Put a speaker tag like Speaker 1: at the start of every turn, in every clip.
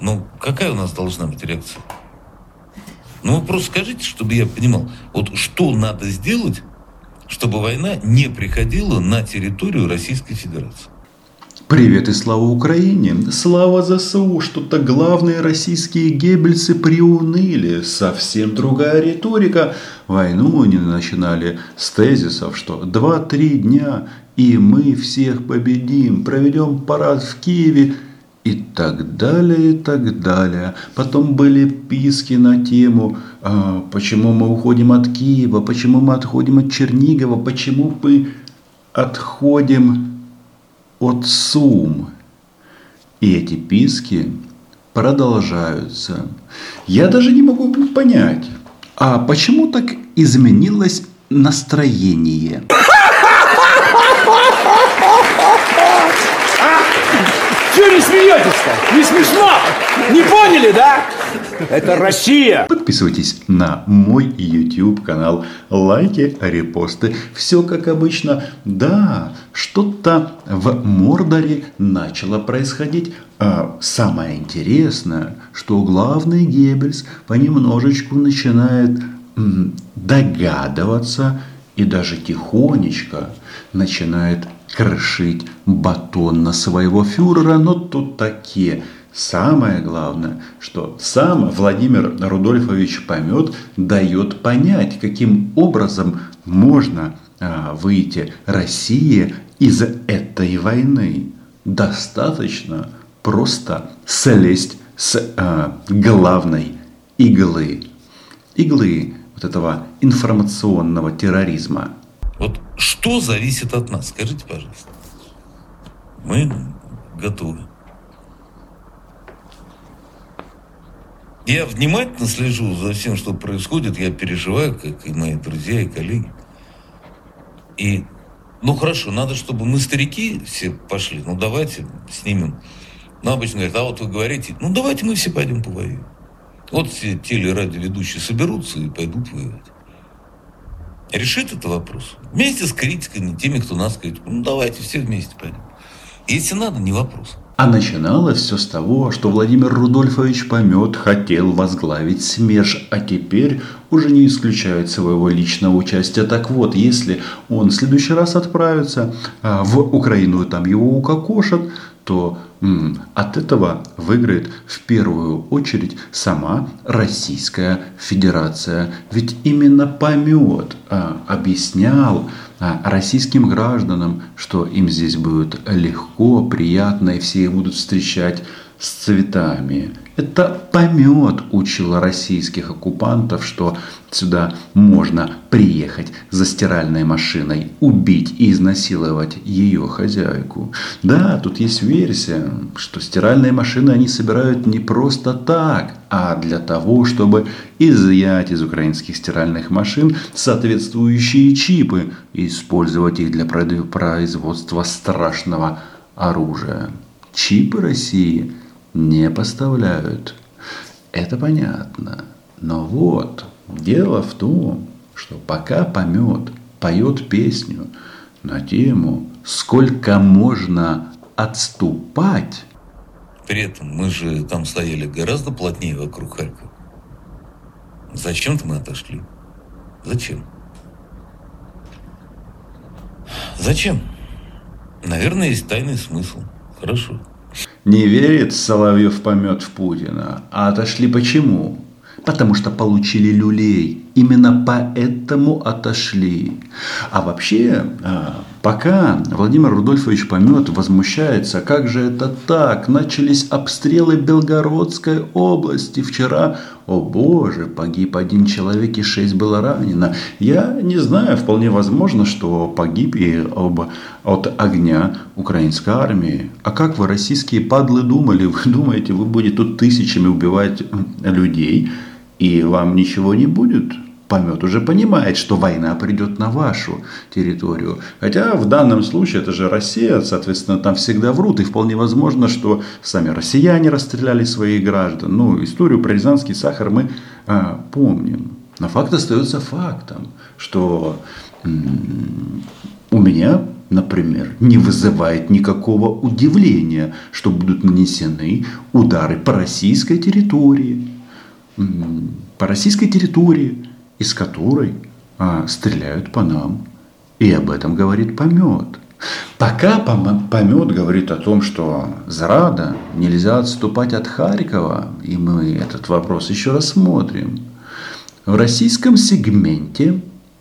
Speaker 1: Ну, какая у нас должна быть реакция? Ну, вы просто скажите, чтобы я понимал, вот что надо сделать, чтобы война не приходила на территорию Российской Федерации.
Speaker 2: Привет и слава Украине! Слава ЗСУ! Что-то главные российские геббельсы приуныли. Совсем другая риторика. Войну они начинали с тезисов, что 2-3 дня и мы всех победим, проведем парад в Киеве и так далее, и так далее. Потом были писки на тему, почему мы уходим от Киева, почему мы отходим от Чернигова, почему мы отходим от Сум. И эти писки продолжаются. Я даже не могу понять, а почему так изменилось настроение?
Speaker 3: Чего не смеетесь-то? Не смешно? Не поняли, да? Это Россия!
Speaker 2: Подписывайтесь на мой YouTube канал, лайки, репосты. Все как обычно. Да, что-то в Мордоре начало происходить. А самое интересное, что главный Геббельс понемножечку начинает догадываться и даже тихонечко начинает крошить батон на своего фюрера. Но тут такие. Самое главное, что сам Владимир Рудольфович Помет дает понять, каким образом можно выйти России из этой войны. Достаточно просто слезть с главной иглы вот этого информационного терроризма.
Speaker 1: Вот что зависит от нас? Скажите, пожалуйста. Мы готовы. Я внимательно слежу за всем, что происходит. Я переживаю, как и мои друзья и коллеги. И, ну хорошо, надо, чтобы мы старики все пошли. Ну давайте снимем. Ну обычно говорят, а вот вы говорите, ну давайте мы все пойдем повоюем. Вот все телерадиоведущие соберутся и пойдут воевать. Решит это вопрос. Вместе с критиками, теми, кто нас критикует. Ну давайте все вместе пойдем. Если надо, не вопрос.
Speaker 2: А начиналось все с того, что Владимир Рудольфович Помет хотел возглавить СМЕРШ, а теперь уже не исключает своего личного участия. Так вот, если он в следующий раз отправится в Украину и там его укокошат, то от этого выиграет в первую очередь сама Российская Федерация. Ведь именно Помет объяснял российским гражданам, что им здесь будет легко, приятно, и все их будут встречать с цветами. Это Помет учил российских оккупантов, что сюда можно приехать за стиральной машиной, убить и изнасиловать ее хозяйку. Да, тут есть версия, что стиральные машины они собирают не просто так, а для того, чтобы изъять из украинских стиральных машин соответствующие чипы и использовать их для производства страшного оружия. Чипы России не поставляют. Это понятно. Но вот, дело в том, что пока Помет поет песню на тему «Сколько можно отступать»,
Speaker 1: при этом мы же там стояли гораздо плотнее вокруг Харькова. Зачем-то мы отошли. Зачем? Зачем? Наверное, есть тайный смысл. Хорошо.
Speaker 2: Не верит Соловьев Помет в Путина. А отошли почему? Потому что получили люлей. Именно поэтому отошли. А вообще, пока Владимир Рудольфович Помет возмущается, как же это так? Начались обстрелы Белгородской области. Вчера, о боже, погиб 1 человек и 6 было ранено. Я не знаю, вполне возможно, что погиб и от огня украинской армии. А как вы, российские падлы, думали? Вы думаете, вы будете тут тысячами убивать людей, и вам ничего не будет? Помет уже понимает, что война придет на вашу территорию. Хотя в данном случае это же Россия, соответственно, там всегда врут. И вполне возможно, что сами россияне расстреляли своих граждан. Ну, историю про Рязанский сахар мы помним. Но факт остается фактом, что у меня например, не вызывает никакого удивления, что будут нанесены удары по российской территории, из которой стреляют по нам. И об этом говорит Помет. Пока Помет говорит о том, что зрада, нельзя отступать от Харькова, и мы этот вопрос еще рассмотрим, в российском сегменте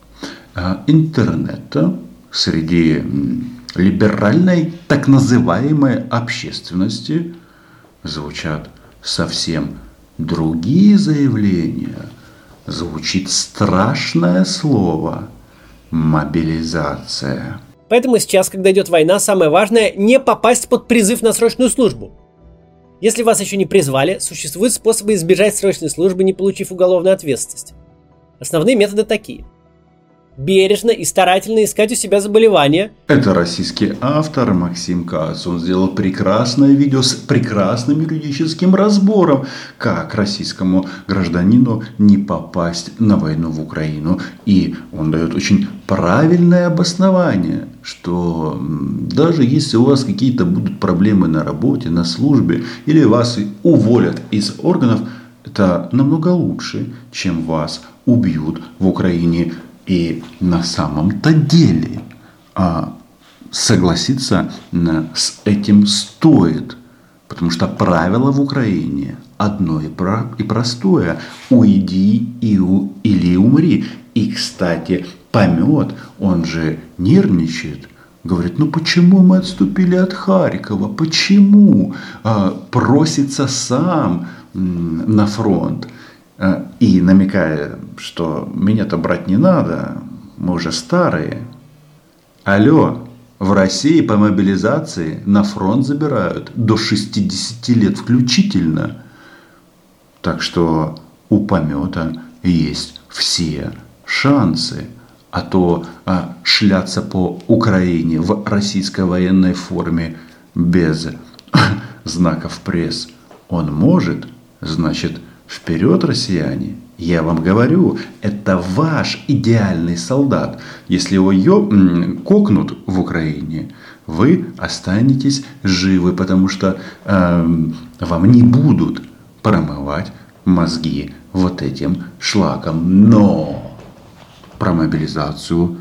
Speaker 2: интернета среди либеральной так называемой общественности звучат совсем другие заявления. Звучит страшное слово – мобилизация.
Speaker 4: Поэтому сейчас, когда идет война, самое важное – не попасть под призыв на срочную службу. Если вас еще не призвали, существуют способы избежать срочной службы, не получив уголовной ответственности. Основные методы такие. Бережно и старательно искать у себя заболевания.
Speaker 2: Это российский автор Максим Кац. Он сделал прекрасное видео с прекрасным юридическим разбором, как российскому гражданину не попасть на войну в Украину. И он дает очень правильное обоснование, что даже если у вас какие-то будут проблемы на работе, на службе, или вас уволят из органов, это намного лучше, чем вас убьют в Украине. И на самом-то деле согласиться с этим стоит. Потому что правило в Украине одно и простое. Уйди или умри. И, кстати, Помет, он же нервничает. Говорит, почему мы отступили от Харькова? Почему? Просится сам на фронт. И намекая, что меня-то брать не надо, мы уже старые. Алло, в России по мобилизации на фронт забирают до 60 лет включительно. Так что у Помета есть все шансы. А то шляться по Украине в российской военной форме без знаков пресс он может, значит, вперед, россияне! Я вам говорю, это ваш идеальный солдат. Если его кокнут в Украине, вы останетесь живы, потому что вам не будут промывать мозги вот этим шлаком. Но про мобилизацию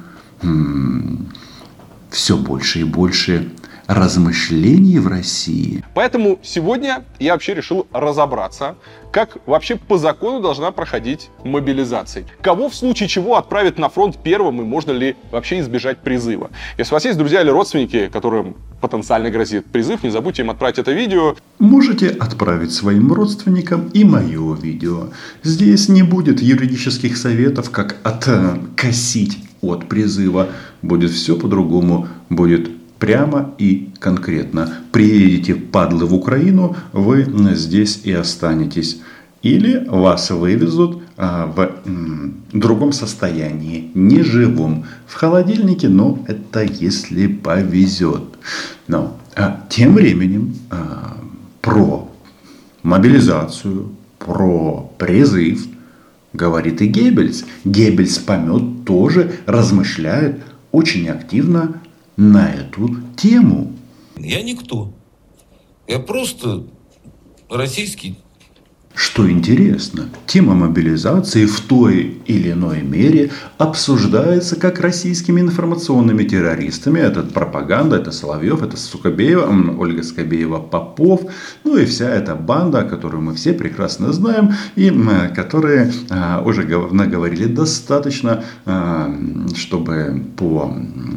Speaker 2: все больше и больше размышлений в России.
Speaker 5: Поэтому сегодня я вообще решил разобраться, как вообще по закону должна проходить мобилизация. Кого в случае чего отправят на фронт первым и можно ли вообще избежать призыва. Если у вас есть друзья или родственники, которым потенциально грозит призыв, не забудьте им отправить это видео.
Speaker 2: Можете отправить своим родственникам и мое видео. Здесь не будет юридических советов, как откосить от призыва. Будет все по-другому, будет прямо и конкретно. Приедете, падлы, в Украину, вы здесь и останетесь. Или вас вывезут в другом состоянии, неживом, в холодильнике, но это если повезет. Но тем временем про мобилизацию, про призыв говорит и Геббельс. Геббельс Помет тоже размышляет очень активно на эту тему.
Speaker 1: Я никто. Я просто российский.
Speaker 2: Что интересно, тема мобилизации в той или иной мере обсуждается как российскими информационными террористами. Это пропаганда, это Соловьев, это Скобеева, Ольга Скобеева, Попов. Ну и вся эта банда, которую мы все прекрасно знаем. И которые уже наговорили достаточно, чтобы по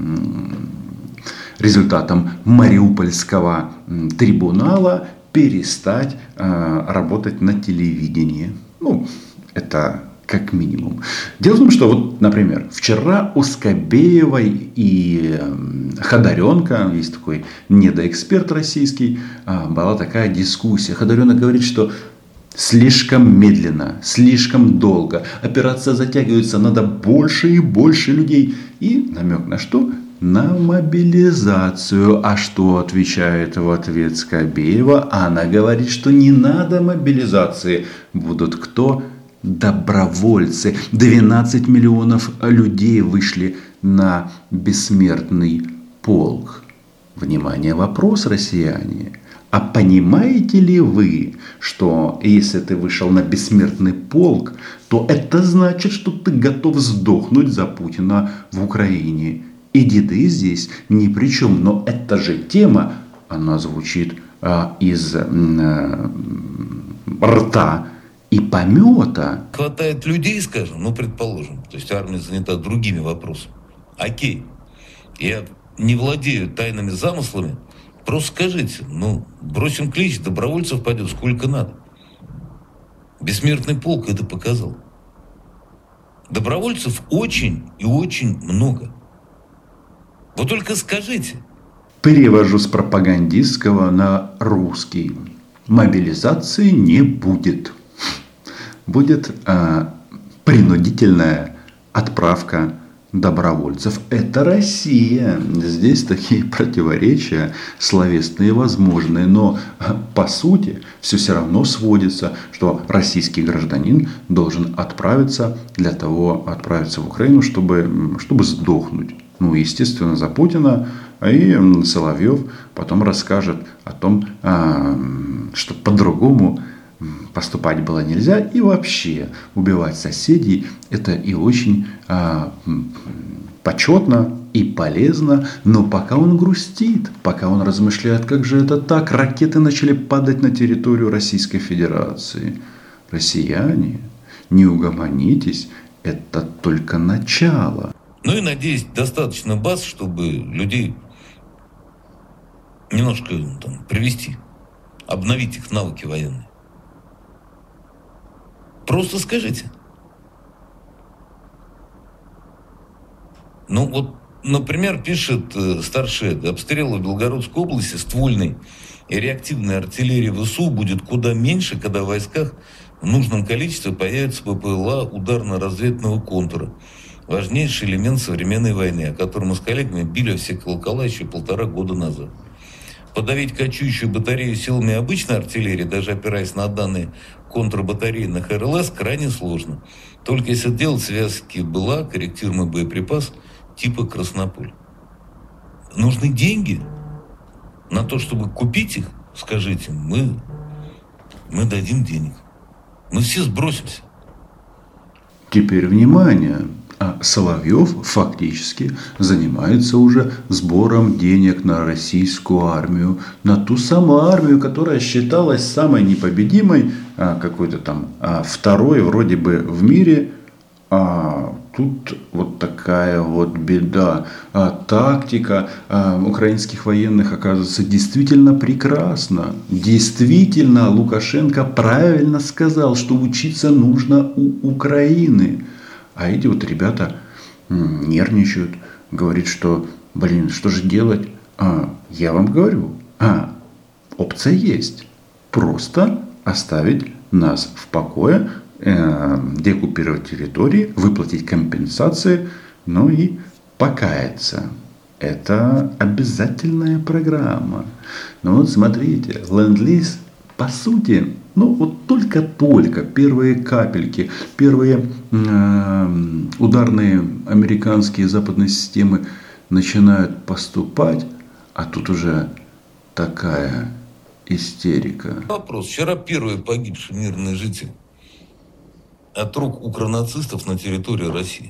Speaker 2: результатам Мариупольского трибунала перестать работать на телевидении. Это как минимум. Дело в том, что вот, например, вчера у Скобеевой и Ходоренко, есть такой недоэксперт российский, была такая дискуссия. Ходоренок говорит, что слишком медленно, слишком долго. Операция затягивается, надо больше и больше людей. И намек на что? На мобилизацию. А что отвечает в ответ Скобеева? Она говорит, что не надо мобилизации. Будут кто? Добровольцы. 12 миллионов людей вышли на бессмертный полк. Внимание, вопрос, россияне. А понимаете ли вы, что если ты вышел на бессмертный полк, то это значит, что ты готов сдохнуть за Путина в Украине? И деды здесь ни при чем. Но эта же тема, она звучит из рта и помета.
Speaker 1: Хватает людей, скажем, предположим, то есть армия занята другими вопросами. Окей, я не владею тайными замыслами, просто скажите, бросим клич, добровольцев пойдет сколько надо. Бессмертный полк это показал. Добровольцев очень и очень много. Вы только скажите.
Speaker 2: Перевожу с пропагандистского на русский. Мобилизации не будет. Будет принудительная отправка добровольцев. Это Россия. Здесь такие противоречия словесные возможны. Но по сути все равно сводится, что российский гражданин должен отправиться в Украину, чтобы сдохнуть. Естественно, за Путина. И Соловьев потом расскажет о том, что по-другому поступать было нельзя. И вообще убивать соседей это и очень почетно и полезно. Но пока он грустит, пока он размышляет, как же это так, ракеты начали падать на территорию Российской Федерации. Россияне, не угомонитесь, это только начало.
Speaker 1: И, надеюсь, достаточно баз, чтобы людей немножко привести, обновить их навыки военные. Просто скажите. Например, пишет Старшед, обстрелы в Белгородской области ствольной и реактивной артиллерии ВСУ будет куда меньше, когда в войсках в нужном количестве появится ППЛА ударно-разведного контура. Важнейший элемент современной войны, о котором мы с коллегами били все колокола еще 1,5 года назад. Подавить кочующую батарею силами обычной артиллерии, даже опираясь на данные контрбатарейных РЛС, крайне сложно. Только если делать связки БЛА, корректируемый боеприпас типа Краснополь. Нужны деньги на то, чтобы купить их, скажите, мы дадим денег. Мы все сбросимся.
Speaker 2: Теперь внимание. Соловьев фактически занимается уже сбором денег на российскую армию, на ту самую армию, которая считалась самой непобедимой, какой-то там второй вроде бы в мире. Тут вот такая вот беда. Тактика украинских военных оказывается действительно прекрасна. Действительно, Лукашенко правильно сказал, что учиться нужно у Украины. А эти вот ребята нервничают, говорят, что, что же делать? Я вам говорю, опция есть. Просто оставить нас в покое, деоккупировать территории, выплатить компенсации, и покаяться. Это обязательная программа. Смотрите, ленд-лиз, по сути, только-только первые капельки, первые ударные американские и западные системы начинают поступать, а тут уже такая истерика.
Speaker 1: Вопрос. Вчера первый погибший мирный житель от рук укронацистов на территории России.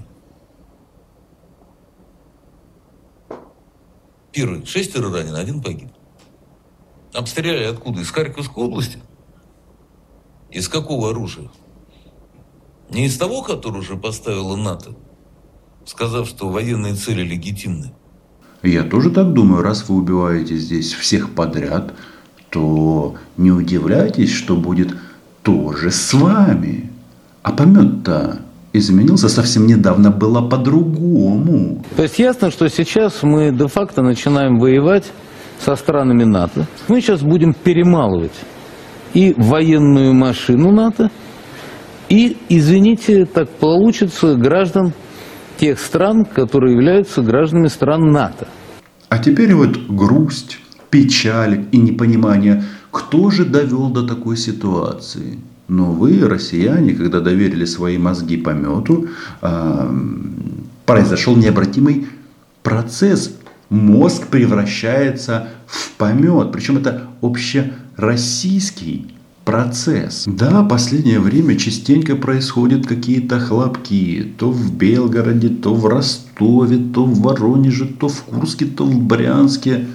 Speaker 1: Первый. 6 ранен, 1 погиб. Обстреляли откуда? Из Харьковской области? Из какого оружия? Не из того, которое уже поставила НАТО, сказав, что военные цели легитимны.
Speaker 2: Я тоже так думаю. Раз вы убиваете здесь всех подряд, то не удивляйтесь, что будет тоже с вами. А помет-то изменился, совсем недавно было по-другому.
Speaker 6: То есть ясно, что сейчас мы де-факто начинаем воевать со странами НАТО. Мы сейчас будем перемалывать и военную машину НАТО, и, извините, так получится, граждан тех стран, которые являются гражданами стран НАТО.
Speaker 2: А теперь вот грусть, печаль и непонимание. Кто же довел до такой ситуации? Но вы, россияне, когда доверили свои мозги помету, произошел необратимый процесс мозг превращается в помет. Причем это общероссийский процесс. Да, в последнее время частенько происходят какие-то хлопки. То в Белгороде, то в Ростове, то в Воронеже, то в Курске, то в Брянске.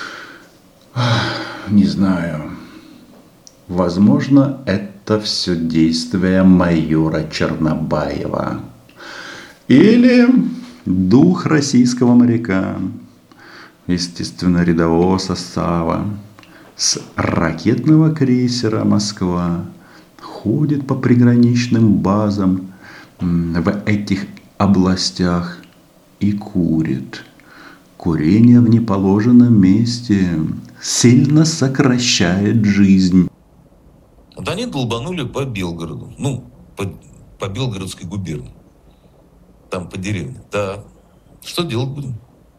Speaker 2: Не знаю. Возможно, это все действие майора Чернобаева. Или дух российского моряка, естественно, рядового состава, с ракетного крейсера «Москва» ходит по приграничным базам в этих областях и курит. Курение в неположенном месте сильно сокращает жизнь.
Speaker 1: Вот они долбанули по Белгороду, по Белгородской губернии, там по деревне. Да, что делать будем?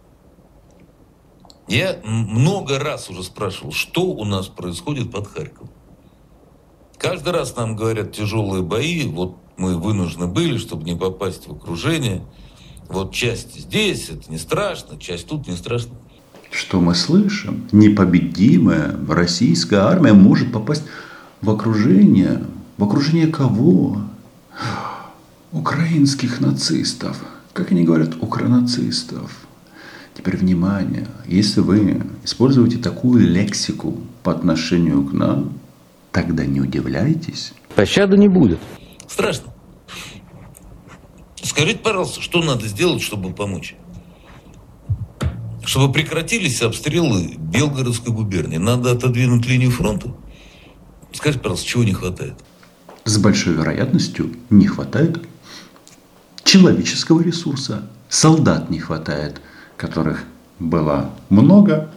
Speaker 1: Я много раз уже спрашивал, что у нас происходит под Харьковом. Каждый раз нам говорят тяжелые бои, вот мы вынуждены были, чтобы не попасть в окружение. Вот часть здесь, это не страшно, часть тут не страшно.
Speaker 2: Что мы слышим? Непобедимая российская армия может попасть в окружение. В окружение кого? Украинских нацистов. Как они говорят, укронацистов. Теперь внимание, если вы используете такую лексику по отношению к нам, тогда не удивляйтесь.
Speaker 6: Пощады не будет.
Speaker 1: Страшно. Скажите, пожалуйста, что надо сделать, чтобы помочь? Чтобы прекратились обстрелы Белгородской губернии. Надо отодвинуть линию фронта. Скажите, пожалуйста, чего не хватает?
Speaker 2: С большой вероятностью не хватает человеческого ресурса. Солдат не хватает, которых было много,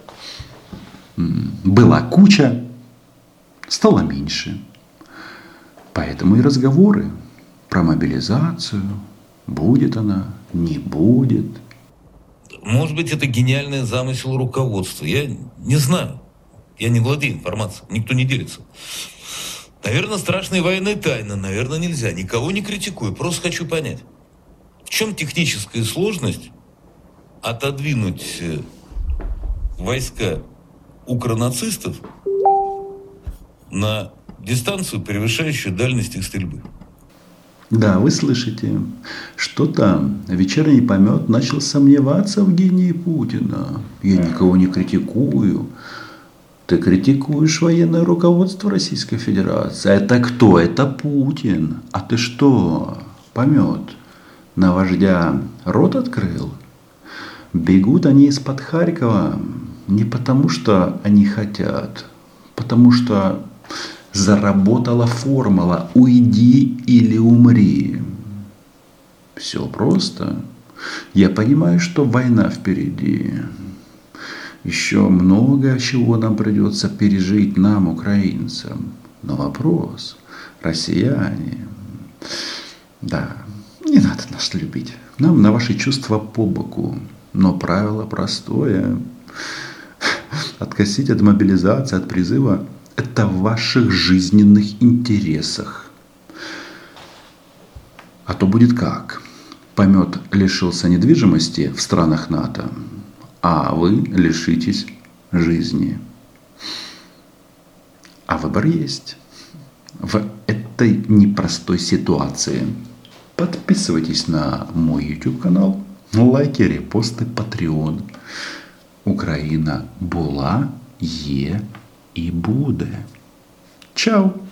Speaker 2: была куча, стало меньше. Поэтому и разговоры про мобилизацию, будет она, не будет.
Speaker 1: Может быть, это гениальный замысел руководства. Я не знаю. Я не владею информацией. Никто не делится. Наверное, страшные военные тайны. Наверное, нельзя. Никого не критикую. Просто хочу понять. В чем техническая сложность отодвинуть войска укронацистов на дистанцию, превышающую дальность их стрельбы?
Speaker 2: Да, вы слышите, что-то вечерний помет начал сомневаться в гении Путина. Я никого не критикую. Ты критикуешь военное руководство Российской Федерации. Это кто? Это Путин. А ты что, помет, на вождя рот открыл? Бегут они из-под Харькова не потому, что они хотят, потому что заработала формула «уйди или умри». Все просто. Я понимаю, что война впереди. Еще много чего нам придется пережить нам, украинцам. Но вопрос, россияне, да, не надо нас любить. Нам на ваши чувства по боку. Но правило простое. Откосить от мобилизации, от призыва – это в ваших жизненных интересах. А то будет как? Помет лишился недвижимости в странах НАТО, а вы лишитесь жизни. А выбор есть. В этой непростой ситуации подписывайтесь на мой YouTube канал, лайки, репосты, Patreon. Україна була, є і буде. Чао!